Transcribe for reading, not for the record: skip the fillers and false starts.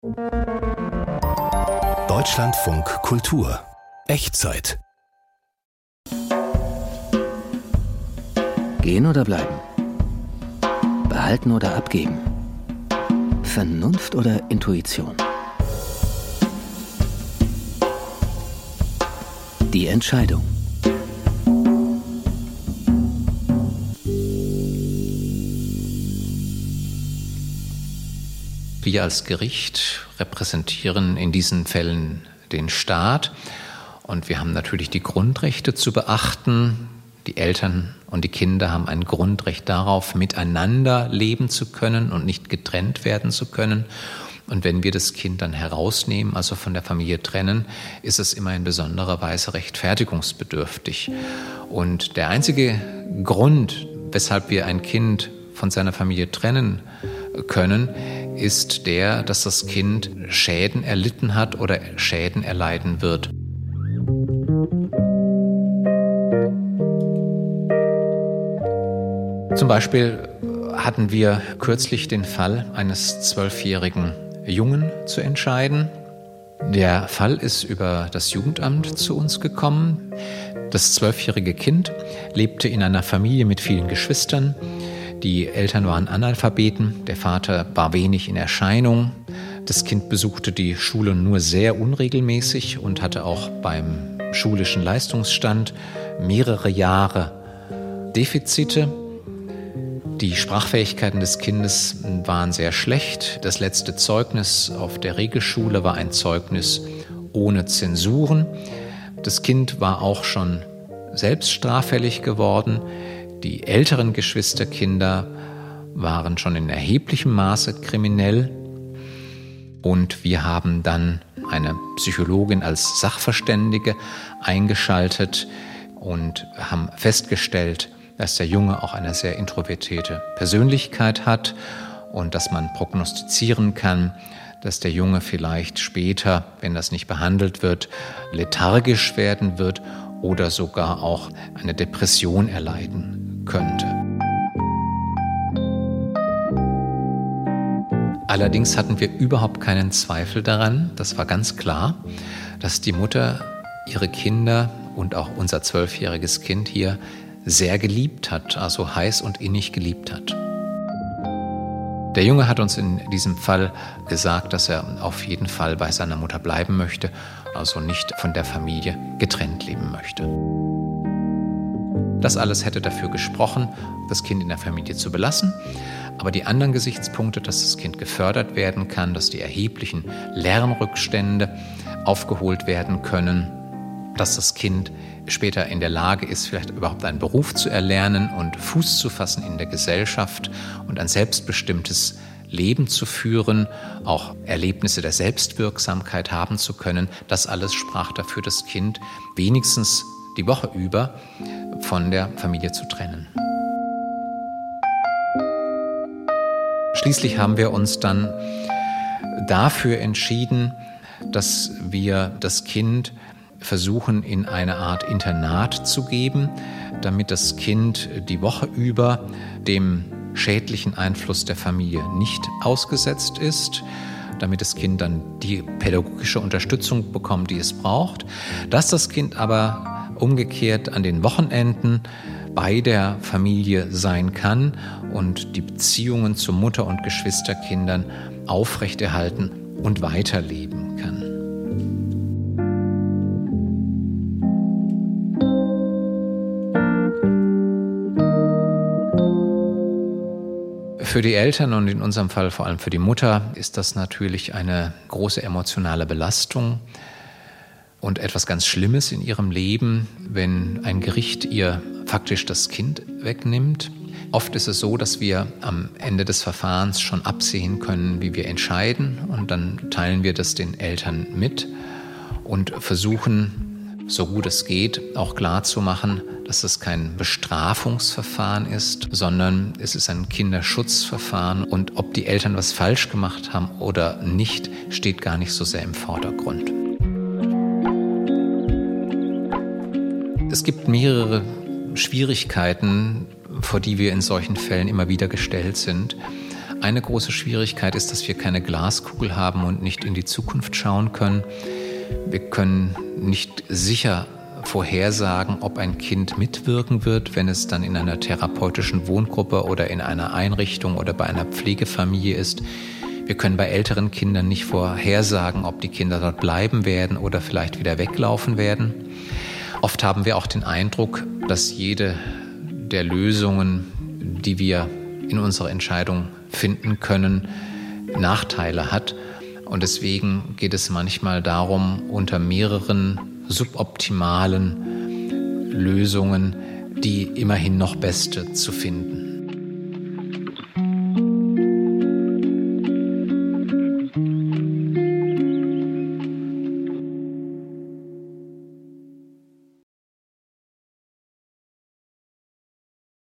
Deutschlandfunk Kultur. Echtzeit. Gehen oder bleiben? Behalten oder abgeben? Vernunft oder Intuition? Die Entscheidung. Wir als Gericht repräsentieren in diesen Fällen den Staat und wir haben natürlich die Grundrechte zu beachten. Die Eltern und die Kinder haben ein Grundrecht darauf, miteinander leben zu können und nicht getrennt werden zu können. Und wenn wir das Kind dann herausnehmen, also von der Familie trennen, ist es immer in besonderer Weise rechtfertigungsbedürftig. Und der einzige Grund, weshalb wir ein Kind von seiner Familie trennen können, ist der, dass das Kind Schäden erlitten hat oder Schäden erleiden wird. Zum Beispiel hatten wir kürzlich den Fall eines 12-jährigen Jungen zu entscheiden. Der Fall ist über das Jugendamt zu uns gekommen. Das 12-jährige Kind lebte in einer Familie mit vielen Geschwistern. Die Eltern waren Analphabeten, der Vater war wenig in Erscheinung. Das Kind besuchte die Schule nur sehr unregelmäßig und hatte auch beim schulischen Leistungsstand mehrere Jahre Defizite. Die Sprachfähigkeiten des Kindes waren sehr schlecht. Das letzte Zeugnis auf der Regelschule war ein Zeugnis ohne Zensuren. Das Kind war auch schon selbst straffällig geworden. Die älteren Geschwisterkinder waren schon in erheblichem Maße kriminell. Und wir haben dann eine Psychologin als Sachverständige eingeschaltet und haben festgestellt, dass der Junge auch eine sehr introvertierte Persönlichkeit hat und dass man prognostizieren kann, dass der Junge vielleicht später, wenn das nicht behandelt wird, lethargisch werden wird oder sogar auch eine Depression erleiden könnte. Allerdings hatten wir überhaupt keinen Zweifel daran, das war ganz klar, dass die Mutter ihre Kinder und auch unser 12-jähriges Kind hier sehr geliebt hat, also heiß und innig geliebt hat. Der Junge hat uns in diesem Fall gesagt, dass er auf jeden Fall bei seiner Mutter bleiben möchte, also nicht von der Familie getrennt leben möchte. Das alles hätte dafür gesprochen, das Kind in der Familie zu belassen, aber die anderen Gesichtspunkte, dass das Kind gefördert werden kann, dass die erheblichen Lernrückstände aufgeholt werden können, dass das Kind später in der Lage ist, vielleicht überhaupt einen Beruf zu erlernen und Fuß zu fassen in der Gesellschaft und ein selbstbestimmtes Leben zu führen, auch Erlebnisse der Selbstwirksamkeit haben zu können. Das alles sprach dafür, das Kind wenigstens die Woche über von der Familie zu trennen. Schließlich haben wir uns dann dafür entschieden, dass wir das Kind versuchen, in eine Art Internat zu geben, damit das Kind die Woche über dem schädlichen Einfluss der Familie nicht ausgesetzt ist, damit das Kind dann die pädagogische Unterstützung bekommt, die es braucht, dass das Kind aber umgekehrt an den Wochenenden bei der Familie sein kann und die Beziehungen zu Mutter und Geschwisterkindern aufrechterhalten und weiterleben kann. Für die Eltern und in unserem Fall vor allem für die Mutter ist das natürlich eine große emotionale Belastung und etwas ganz Schlimmes in ihrem Leben, wenn ein Gericht ihr faktisch das Kind wegnimmt. Oft ist es so, dass wir am Ende des Verfahrens schon absehen können, wie wir entscheiden, und dann teilen wir das den Eltern mit und versuchen, so gut es geht, auch klarzumachen, dass es kein Bestrafungsverfahren ist, sondern es ist ein Kinderschutzverfahren, und ob die Eltern was falsch gemacht haben oder nicht, steht gar nicht so sehr im Vordergrund. Es gibt mehrere Schwierigkeiten, vor die wir in solchen Fällen immer wieder gestellt sind. Eine große Schwierigkeit ist, dass wir keine Glaskugel haben und nicht in die Zukunft schauen können. Wir können nicht sicher vorhersagen, ob ein Kind mitwirken wird, wenn es dann in einer therapeutischen Wohngruppe oder in einer Einrichtung oder bei einer Pflegefamilie ist. Wir können bei älteren Kindern nicht vorhersagen, ob die Kinder dort bleiben werden oder vielleicht wieder weglaufen werden. Oft haben wir auch den Eindruck, dass jede der Lösungen, die wir in unserer Entscheidung finden können, Nachteile hat. Und deswegen geht es manchmal darum, unter mehreren suboptimalen Lösungen die immerhin noch beste zu finden.